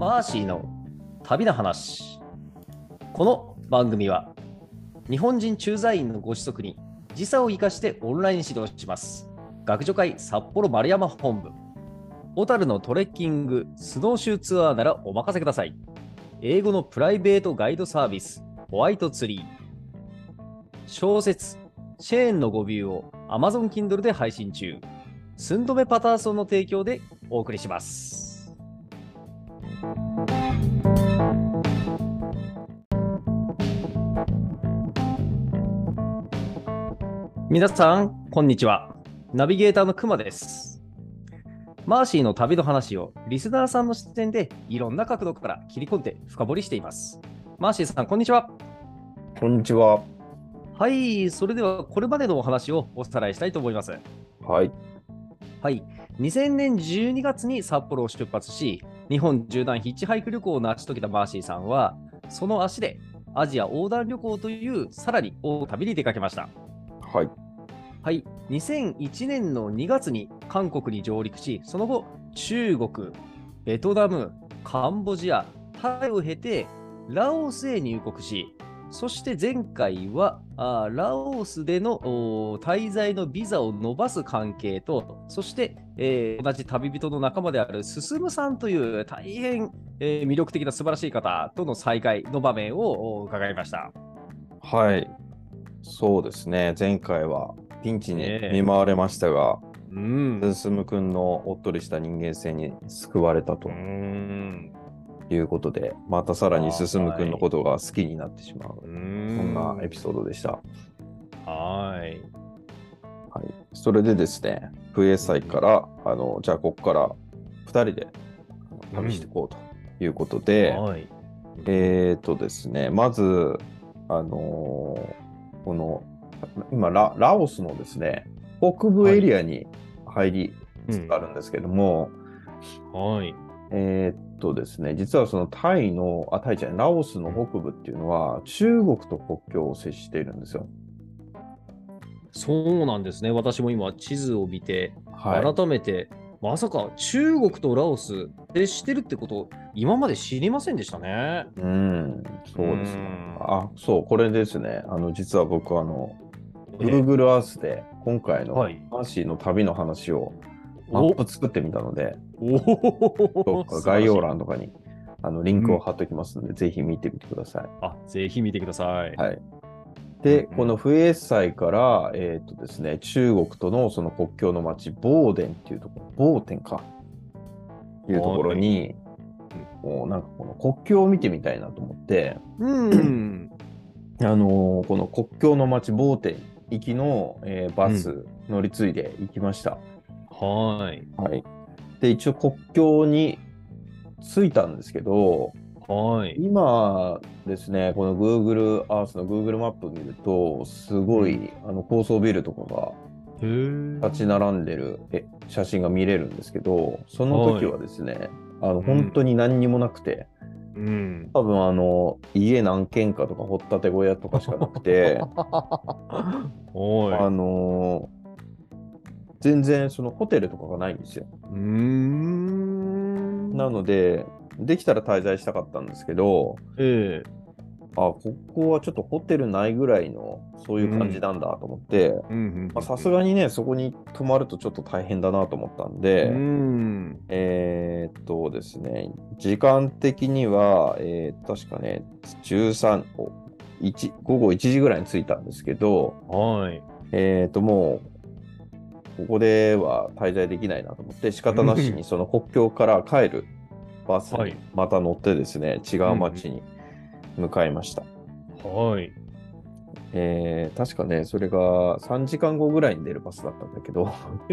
マーシーの旅の話。この番組は日本人駐在員のご子息に時差を生かしてオンライン指導します。学助会札幌丸山本部。小樽のトレッキングスノーシューツアーならお任せください。英語のプライベートガイドサービスホワイトツリー。小説チェーンの語尾を Amazon Kindle で配信中。寸止めパターソンの提供でお送りします。皆さん、こんにちは。ナビゲーターのくまです。マーシーの旅の話をリスナーさんの視点でいろんな角度から切り込んで深掘りしています。マーシーさん、こんにちは。 こんにちは。 はい、それではこれまでのお話をおさらいしたいと思います。 はい。 はい、2000年12月に札幌を出発し、日本縦断ヒッチハイク旅行を成し遂げたマーシーさんは、その足でアジア横断旅行というさらに大旅に出かけました。 はい。 はい、2001年の2月に韓国に上陸し、その後、中国、ベトナム、カンボジア、タイを経て、ラオスへ入国し、そして前回はラオスでの滞在のビザを伸ばす関係と、そして、同じ旅人の仲間である進さんという大変、魅力的な素晴らしい方との再会の場面を伺いました。 はい。そうですね。前回はピンチに見舞われましたが、進くんのおっとりした人間性に救われたということで、またさらに進くんのことが好きになってしまう、そんなエピソードでした。 はい。 はい。それでですね、不衛祭から、じゃあここから2人で旅していこうということで、ですね、まず、この今ラオスのですね、北部エリアに入りつつあるんですけども、 はい。 ですね、実はそのタイじゃない、ラオスの北部っていうのは中国と国境を接しているんですよ。 そうなんですね。私も今地図を見て、 はい、 改めて、まさか中国とラオス接してるってこと、今まで知りませんでしたね。 そうですね。そう、これですね。実は僕Google Earth で今回のマーシーの旅の話をマップ作ってみたので、概要欄とかにリンクを貼っておきますので、ぜひ見てみてください。 ぜひ見てください。 はい。で、このフエーサから、ですね、中国とのその国境の町、ボーデンっていうところ、ボーテンか、いうところに、もうなんかこの国境を見てみたいなと思って、この国境の町、ボーテン行きの、バス乗り継いで行きました。 はい。 で、一応国境に着いたんですけど、今ですね、この Google Earth の Google マップを見ると、すごい、高層ビルとかが立ち並んでる写真が見れるんですけど、その時はですね、本当に何にもなくて、多分家何軒かとか掘ったて小屋とかしかなくて、全然そのホテルとかがないんですよ。なので、できたら滞在したかったんですけど、ここはちょっとホテルないぐらいのそういう感じなんだと思って、さすがにね、そこに泊まるとちょっと大変だなと思ったんで、ですね、時間的には、確かね、午後1時ぐらいに着いたんですけど、もう、ここでは滞在できないなと思って、仕方なしにその国境から帰るバスにまた乗ってですね、違う街に向かいました。確かね、それが3時間後ぐらいに出るバスだったんだけど。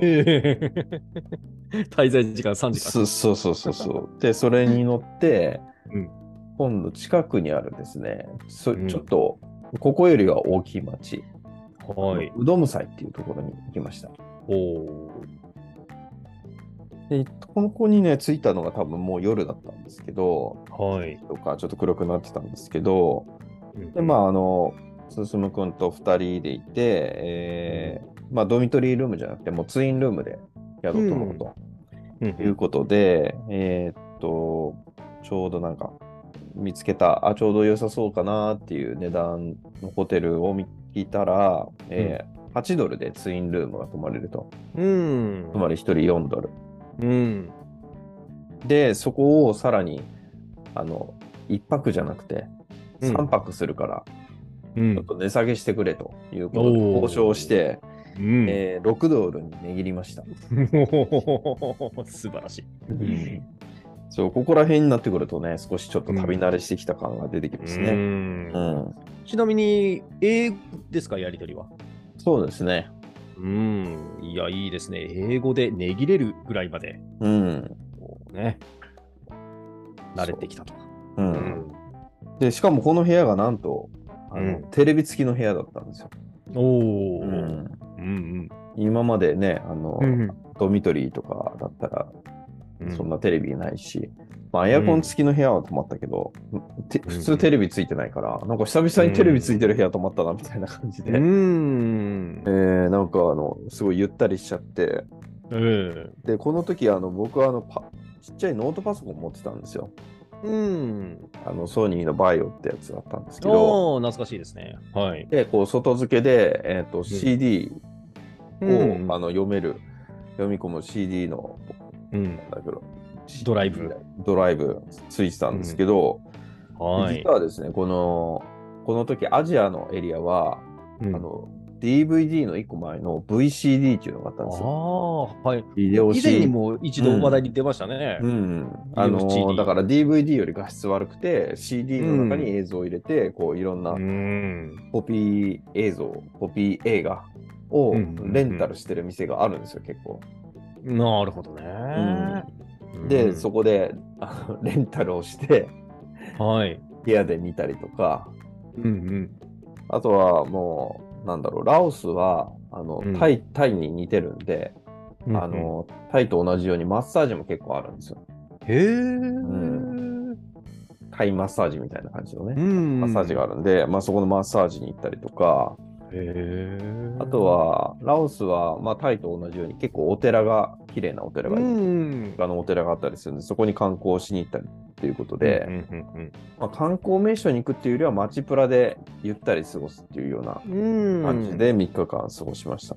滞在時間3時間。 そう。で、それに乗って、今度近くにあるですね、ちょっと、ここよりは大きい町、ウドムサイっていうところに行きました。で、ここにね、着いたのが多分もう夜だったんですけど、とかちょっと黒くなってたんですけど、で、進くんと2人でいて、ドミトリールームじゃなくて、もうツインルームで宿を取ろうということで、 ちょうどなんか見つけた、ちょうど良さそうかなっていう値段のホテルを聞いたら、8ドルでツインルームが泊まれると。 うん。 つまり1人4ドル。 うん。 で、そこをさらに、1泊じゃなくて、3泊するから、ちょっと値下げしてくれということで交渉して、6ドルに値切りました。 素晴らしい。 そう、ここら辺になってくるとね、少しちょっと旅慣れしてきた感が出てきますね。 ちなみに、英語ですか、やりとりは。 そうですね。 いや、いいですね。英語で値切れるぐらいまで、ね、慣れてきたと。 で、しかもこの部屋がなんと、テレビ付きの部屋だったんですよ。今までね、ドミトリーとかだったら、そんなテレビないし、エアコン付きの部屋は泊まったけど、普通テレビついてないから、なんか久々にテレビついてる部屋泊まったなみたいな感じで、なんかすごいゆったりしちゃって、で、この時僕はちっちゃいノートパソコン持ってたんですよ。ソニーのバイオってやつだったんですけど、 懐かしいですね。はい。 で、こう外付けで、CD を、読み込む CD の、だけどドライブついてたんですけど、実はですね、この時アジアのエリアは、DVD の1個前の VCD っていうのがあったんですよ。 はい。 ビデオ以前にも一度話題に出ましたね。 だから DVD より画質悪くて CD の中に映像を入れて、こういろんなコピー映画をレンタルしてる店があるんですよ、結構。 なるほどね。 で、そこでレンタルをして、部屋で見たりとか、あとはもう、なんだろう、ラオスはタイに似てるんで、タイと同じようにマッサージも結構あるんですよ。タイマッサージみたいな感じのね、マッサージがあるんで、そこのマッサージに行ったりとか、あとは、ラオスは、タイと同じように結構綺麗なお寺がお寺があったりするんで、そこに観光しに行ったりっていうことで、観光名所に行くっていうよりは街プラでゆったり過ごすっていうような感じで3日間過ごしました。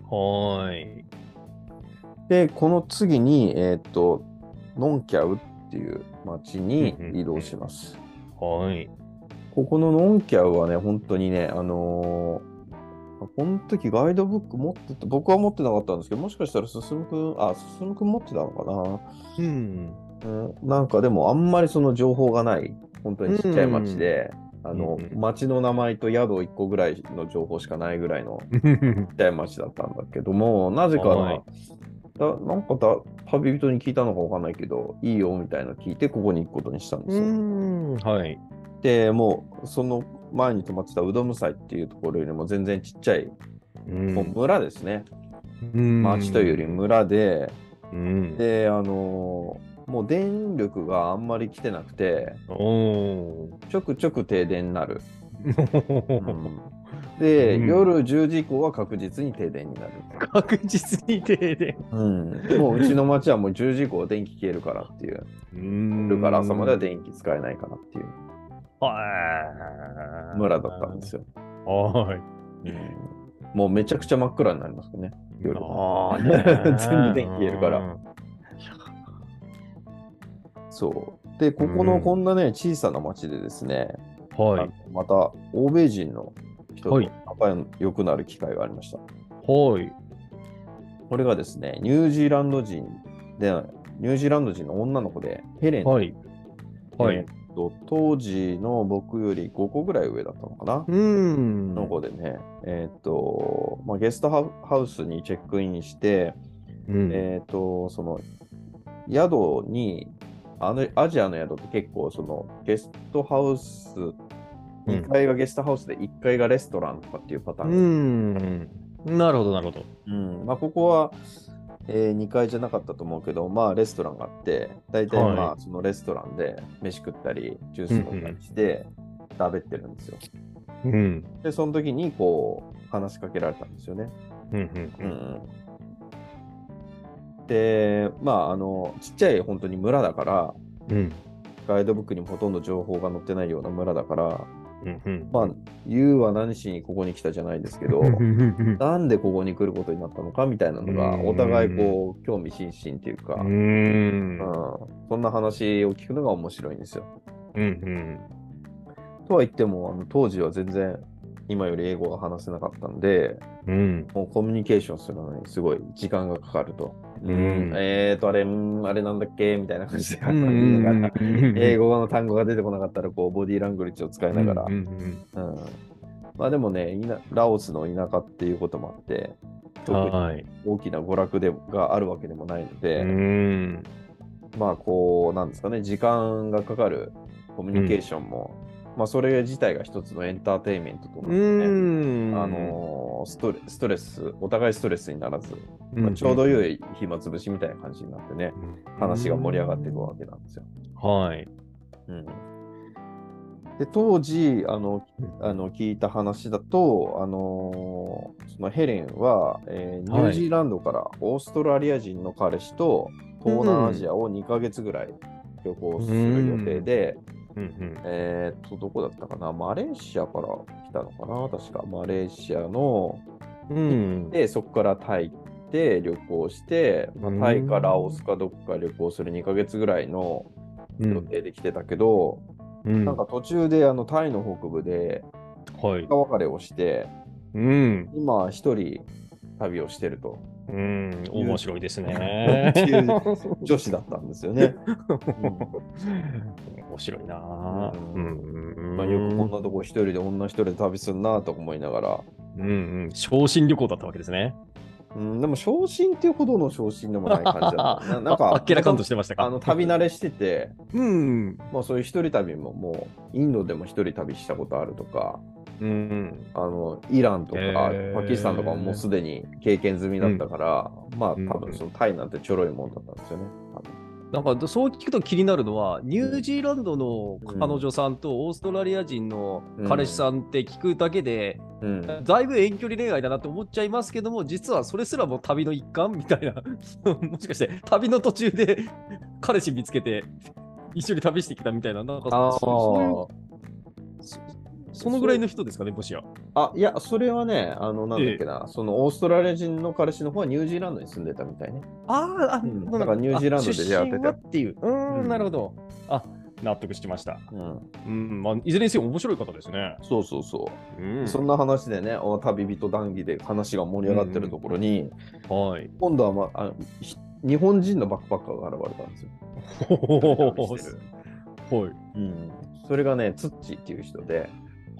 で、この次に、ノンキャウっていう街に移動します。ここのノンキャウはね、本当にね、この時ガイドブック持ってた、僕は持ってなかったんですけど、もしかしたら進くん持ってたのかな。なんかでもあんまりその情報がない、本当にちっちゃい町で、町の名前と宿1個ぐらいの情報しかないぐらいのちっちゃい町だったんだけども、なぜかなんか旅人に聞いたのかわかんないけど、いいよみたいなの聞いてここに行くことにしたんですよ。で、もうその前に泊まってたウドムサイっていうところよりも全然ちっちゃい、もう村ですね。町というより村で、で、もう電力があんまり来てなくて、ちょくちょく停電になる。で、夜10時以降は確実に停電になる。 確実に停電。 もううちの町はもう10時以降電気消えるからっていう。夜から朝までは電気使えないからっていう村だったんですよ。もうめちゃくちゃ真っ暗になりますね。夜全部電気消えるから。そう。で、ここのこんなね、小さな町でですね、また欧米人の人と仲良くなる機会がありました。これがですね、ニュージーランド人の女の子で、ヘレン。当時の僕より5個ぐらい上だったのかな。の子でね、ゲストハウスにチェックインして、その宿に、アジアの宿って結構そのゲストハウス、2階がゲストハウスで1階がレストランとかっていうパターン。 なるほど、なるほど。 ここは、2階じゃなかったと思うけど、レストランがあって、大体そのレストランで飯食ったり、ジュース飲んだりして食べてるんですよ。で、その時にこう、話しかけられたんですよね。で、ちっちゃい本当に村だから、 ガイドブックにもほとんど情報が載ってないような村だから、 うんうん、 まあ、ユウは何しにここに来たじゃないですけど、なんでここに来ることになったのかみたいなのが、お互いこう、興味津々っていうか、そんな話を聞くのが面白いんですよ。 うんうん、 とは言っても、当時は全然今より英語が話せなかったんで、 うん、 もうコミュニケーションするのにすごい時間がかかると。 うん、 あれなんだっけみたいな感じでう言いながら、英ん、 語の単語が出てこなかったら、こう、ボディーラングリッジを使いながら、まあでもね、ラオスの田舎っていうこともあって、特に大きな娯楽があるわけでもないので、まあこう、なんですかね、時間がかかるコミュニケーションも、まあそれ自体が一つのエンターテインメントとなってね、ストレス、お互いストレスにならず、まあ、ちょうど良い暇つぶしみたいな感じになってね、話が盛り上がっていくわけなんですよ。 はい。 で、当時、聞いた話だと、そのヘレンは、ニュージーランドからオーストラリア人の彼氏と東南アジアを2ヶ月ぐらい旅行する予定で、どこだったかな、マレーシアから来たのかな、確か。マレーシアの、で、そこからタイで旅行して、まあ、タイかラオスかどっか旅行する2ヶ月ぐらいの予定で来てたけど、なんか途中でタイの北部で別れをして、今一人旅をしてると。 面白いですね。 っていう女子だったんですよね。 面白いなまあ、よくこんなとこ一人で女一人で旅すんなと思いながら。 昇進旅行だったわけですね。 でも昇進っていうほどの昇進でもない感じだった。なんか、 あっけらかんとしてましたか。 旅慣れしてて、まあそういう一人旅ももう、インドでも一人旅したことあるとか、イランとかパキスタンとかももうすでに経験済みだったから、まあ多分そのタイなんてちょろいもんだったんですよね。 なんかそう聞くと気になるのは、ニュージーランドの彼女さんとオーストラリア人の彼氏さんって聞くだけで、だいぶ遠距離恋愛だなって思っちゃいますけども、実はそれすらも旅の一環みたいな、もしかして旅の途中で彼氏見つけて一緒に旅してきたみたいな、なんかそういうそのぐらいの人ですかね、もしや。 いや、それはね、なんだっけな、そのオーストラリア人の彼氏の方はニュージーランドに住んでたみたいね。だからニュージーランドで出会ってたっていう。なるほど。納得しました。まあ、いずれにせよ面白い方ですね。 そうそうそう。そんな話でね、旅人談義で話が盛り上がってるところに、今度は、日本人のバックパッカーが現れたんですよ。それがね、ツッチーっていう人で、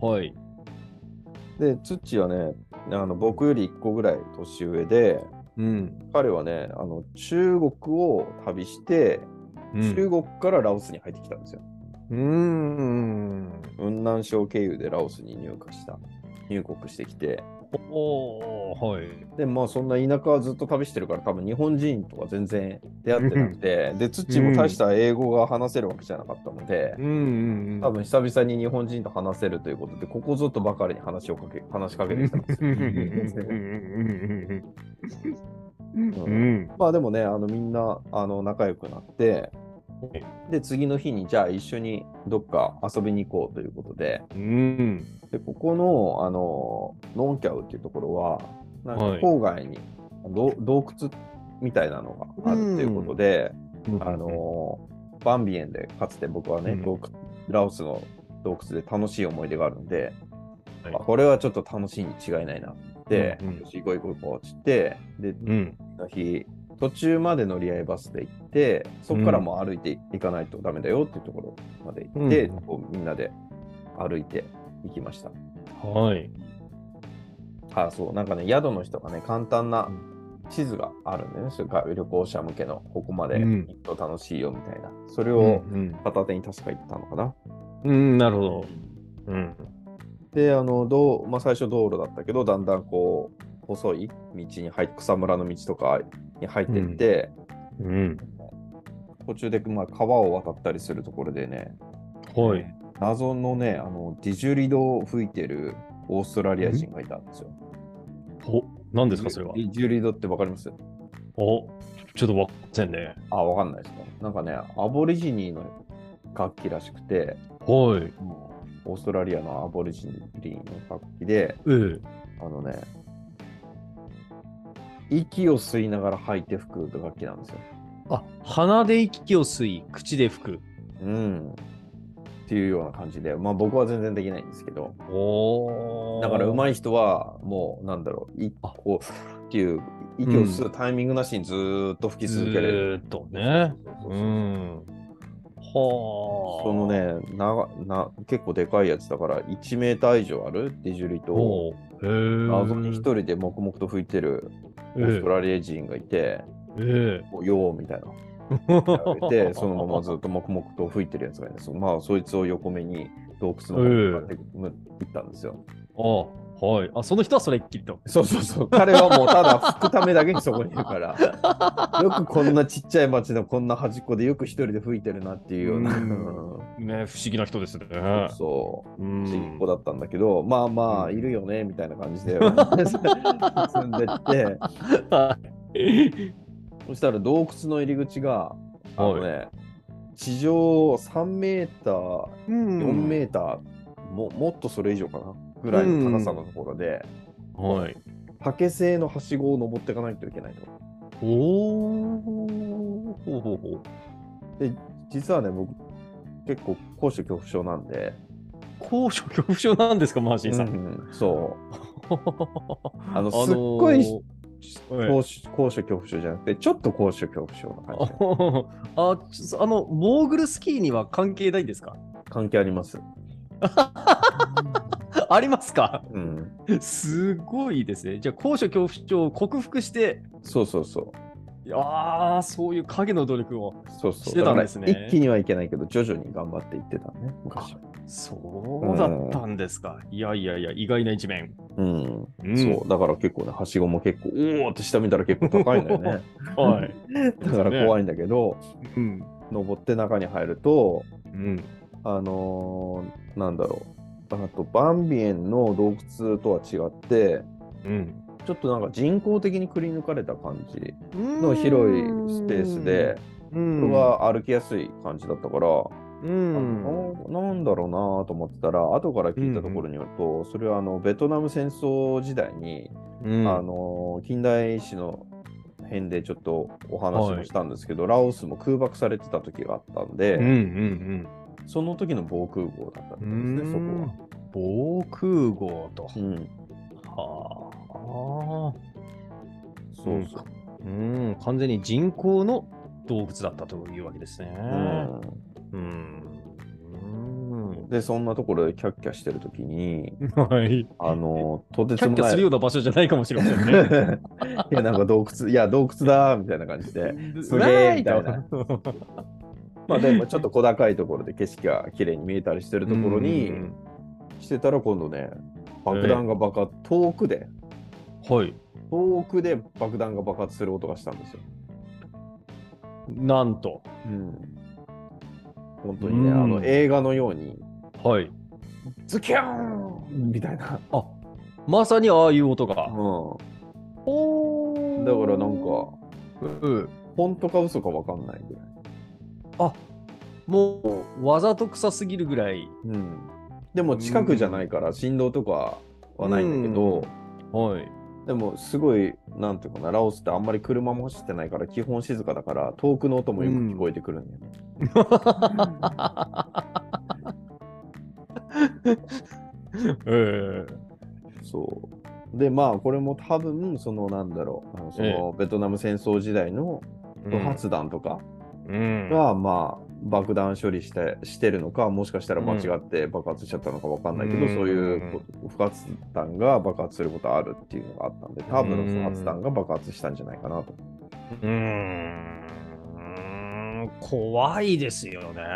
で、ツッチーはね、僕より1個ぐらい年上で、彼はね、中国を旅して、中国からラオスに入ってきたんですよ。雲南省経由でラオスに入国してきて。で、まあそんな田舎はずっと旅してるから多分日本人とは全然出会ってなくて、で、ツッチーも大した英語が話せるわけじゃなかったので、多分久々に日本人と話せるということで、ここぞとばかりに話しかけてきたんですよ。まあでもね、みんな仲良くなって、で、次の日にじゃあ一緒にどっか遊びに行こうということで、でここの、ノンキャウっていうところは、なんか郊外に洞窟みたいなのがあるということで、バンビエンでかつて僕はね、ラオスの洞窟で楽しい思い出があるんで、これはちょっと楽しいに違いないなって、行こう行こうって、で、の日、途中まで乗り合いバスで行って、そこからも歩いていかないとダメだよっていうところまで行って、こうみんなで歩いて行きました。そう、なんかね、宿の人がね、簡単な地図があるんでね、それから旅行者向けの、ここまで行くと楽しいよみたいな、それを片手に確か行ったのかな。 なるほど。 で、まあ、最初道路だったけど、だんだんこう、細い道に草むらの道とかに入っていって、途中で、まあ、川を渡ったりするところでね、謎のね、ディジュリドを吹いてるオーストラリア人がいたんですよ。 何ですか、それは。 ディジュリドってわかります？ ちょっとわかんないね。 わかんないですか。なんかね、アボリジニーの楽器らしくて、 はい。 オーストラリアのアボリジニの楽器で、あのね、息を吸いながら吐いて吹く楽器なんですよ。 あ、鼻で息を吸い、口で吹く。 うん。っていうような感じで、まあ僕は全然できないんですけど、だから上手い人はもうなんだろう、こうっていう息を吸うタイミングなしにずーっと吹き続けれる。 ずーっとね。うん。はそのね、結構でかいやつだから1メーター以上あるディジュリと、謎に一人で黙々と吹いてるオーストラリア人がいて、もうよーみたいな。で、そのままずっと黙々と吹いてるやつがいるんですよ。まあ、そいつを横目に洞窟の方に向かって行ったんですよ。 はい。あ、その人はそれっきりと。 そうそうそう。彼はもうただ吹くためだけにそこにいるから。よくこんなちっちゃい町のこんな端っこでよく一人で吹いてるなっていうような。 ね、不思議な人ですね。 そう。不思議っ子だったんだけど、まあまあ、いるよね、みたいな感じで進んでって、そしたら洞窟の入り口が、地上3メーター、4メーター、もっとそれ以上かなぐらいの高さのところで、竹製のはしごを登っていかないといけないと。で、実はね、僕、結構高所恐怖症なんで。 高所恐怖症なんですか、マーシーさん。 そう。すっごい高所恐怖症じゃなくて、ちょっと高所恐怖症な感じ。モーグルスキーには関係ないんですか？ 関係あります。 ありますか？ うん。 すごいですね。じゃあ、高所恐怖症を克服して。 そうそうそう。 そういう影の努力をしてだからたんですね。 一気にはいけないけど、徐々に頑張っていってたね、昔は。 そうだったんですか。いやいやいや、意外な一面。 そう。だから結構ね、はしごも結構、おーって下見たら結構高いんだよね。 はい。 だから怖いんだけど、登って中に入ると、なんだろう。あと、バンビエンの洞窟とは違って、ちょっとなんか人工的にくり抜かれた感じの広いスペースで、これが歩きやすい感じだったから、なんだろうなと思ってたら、後から聞いたところによると、それはベトナム戦争時代に、近代史の辺でちょっとお話もしたんですけど、ラオスも空爆されてた時があったんで、その時の防空壕だったんですね、そこは。 防空壕と。そうそう。完全に人工の洞窟だったというわけですね。 で、そんなところでキャッキャしてるときに、 とてつもない。キャッキャするような場所じゃないかもしれませんね。 いや、なんか洞窟だみたいな感じで、すげえみたいな。まあでもちょっと小高いところで景色が綺麗に見えたりしてるところにしてたら今度ね、爆弾が遠くで爆弾が爆発する音がしたんですよ。 なんと。 本当にね、映画のように、ズキューンみたいな。 まさにああいう音が。だからなんか、本当か嘘か分かんないぐらい。 もうわざと臭すぎるぐらい。 でも近くじゃないから振動とかはないんだけど、でもすごい、なんていうかな、ラオスってあんまり車も走ってないから基本静かだから遠くの音もよく聞こえてくるんだよね。そう。で、まあこれも多分、そのベトナム戦争時代の不発弾とかが、まあ爆弾処理してるのか、もしかしたら間違って爆発しちゃったのかわかんないけど、そういう不発弾が爆発することあるっていうのがあったんで、多分不発弾が爆発したんじゃないかなと。 怖いですよね。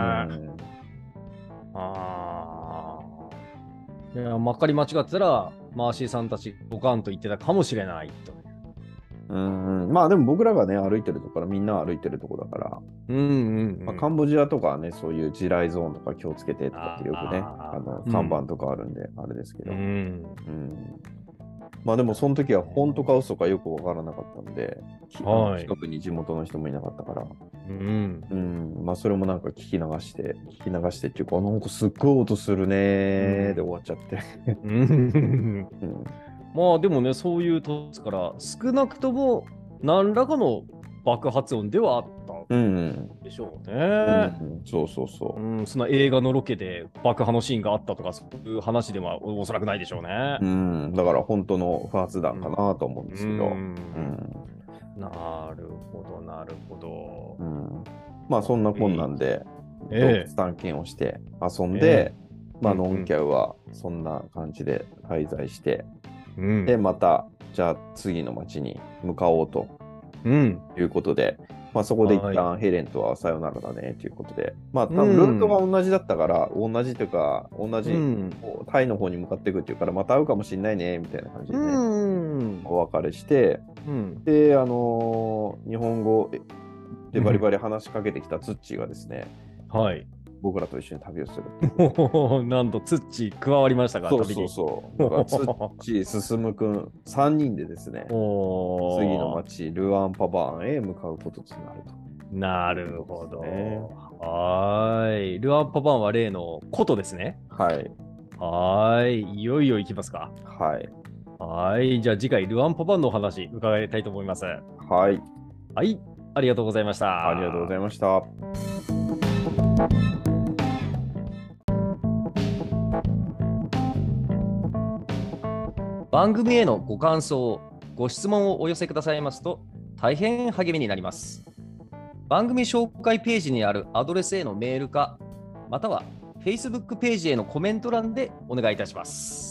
いや、まかり間違ってたら、マーシーさんたち、ボカンと言ってたかもしれないと。 まあでも僕らがね、歩いてるところ、みんな歩いてるところだから、カンボジアとかはね、そういう地雷ゾーンとか気をつけてとかってよくね、看板とかあるんで、あれですけど。 まあでもその時は本当か嘘かよくわからなかったんで、近くに地元の人もいなかったから、まあそれもなんか聞き流してっていうか、なんかすっごい音するねーで終わっちゃって。 まあでもね、そういうとこから少なくとも何らかの爆発音ではあったでしょうね。 そうそうそう。 その映画のロケで爆破のシーンがあったとか、そういう話ではおそらくないでしょうね。 だから本当の不発弾かなと思うんですけど。 なるほど、なるほど。 まあそんなこんなんで、洞窟探検をして遊んで、まあノンキャウはそんな感じで滞在して、で、また、じゃあ次の町に向かおうということで、まあそこで一旦ヘレンとはさよならだねということで、まあ多分ルートが同じだったから、同じというか、同じ、タイの方に向かっていくっていうから、また会うかもしれないね、みたいな感じでね、お別れして、で、日本語でバリバリ話しかけてきたツッチーがですね、僕らと一緒に旅をする。 なんとツッチー加わりましたか、 そうそうそう。だからツッチー、進くん、3人でですね、次の町、ルアンパバーンへ向かうこととなると。 なるほど。ルアンパバーンは例のことですね。いよいよ行きますか。じゃあ次回、ルアンパバーンのお話伺いたいと思います。ありがとうございました。 ありがとうございました。 番組へのご感想、ご質問をお寄せくださいますと大変励みになります。番組紹介ページにあるアドレスへのメールか、または Facebook ページへのコメント欄でお願いいたします。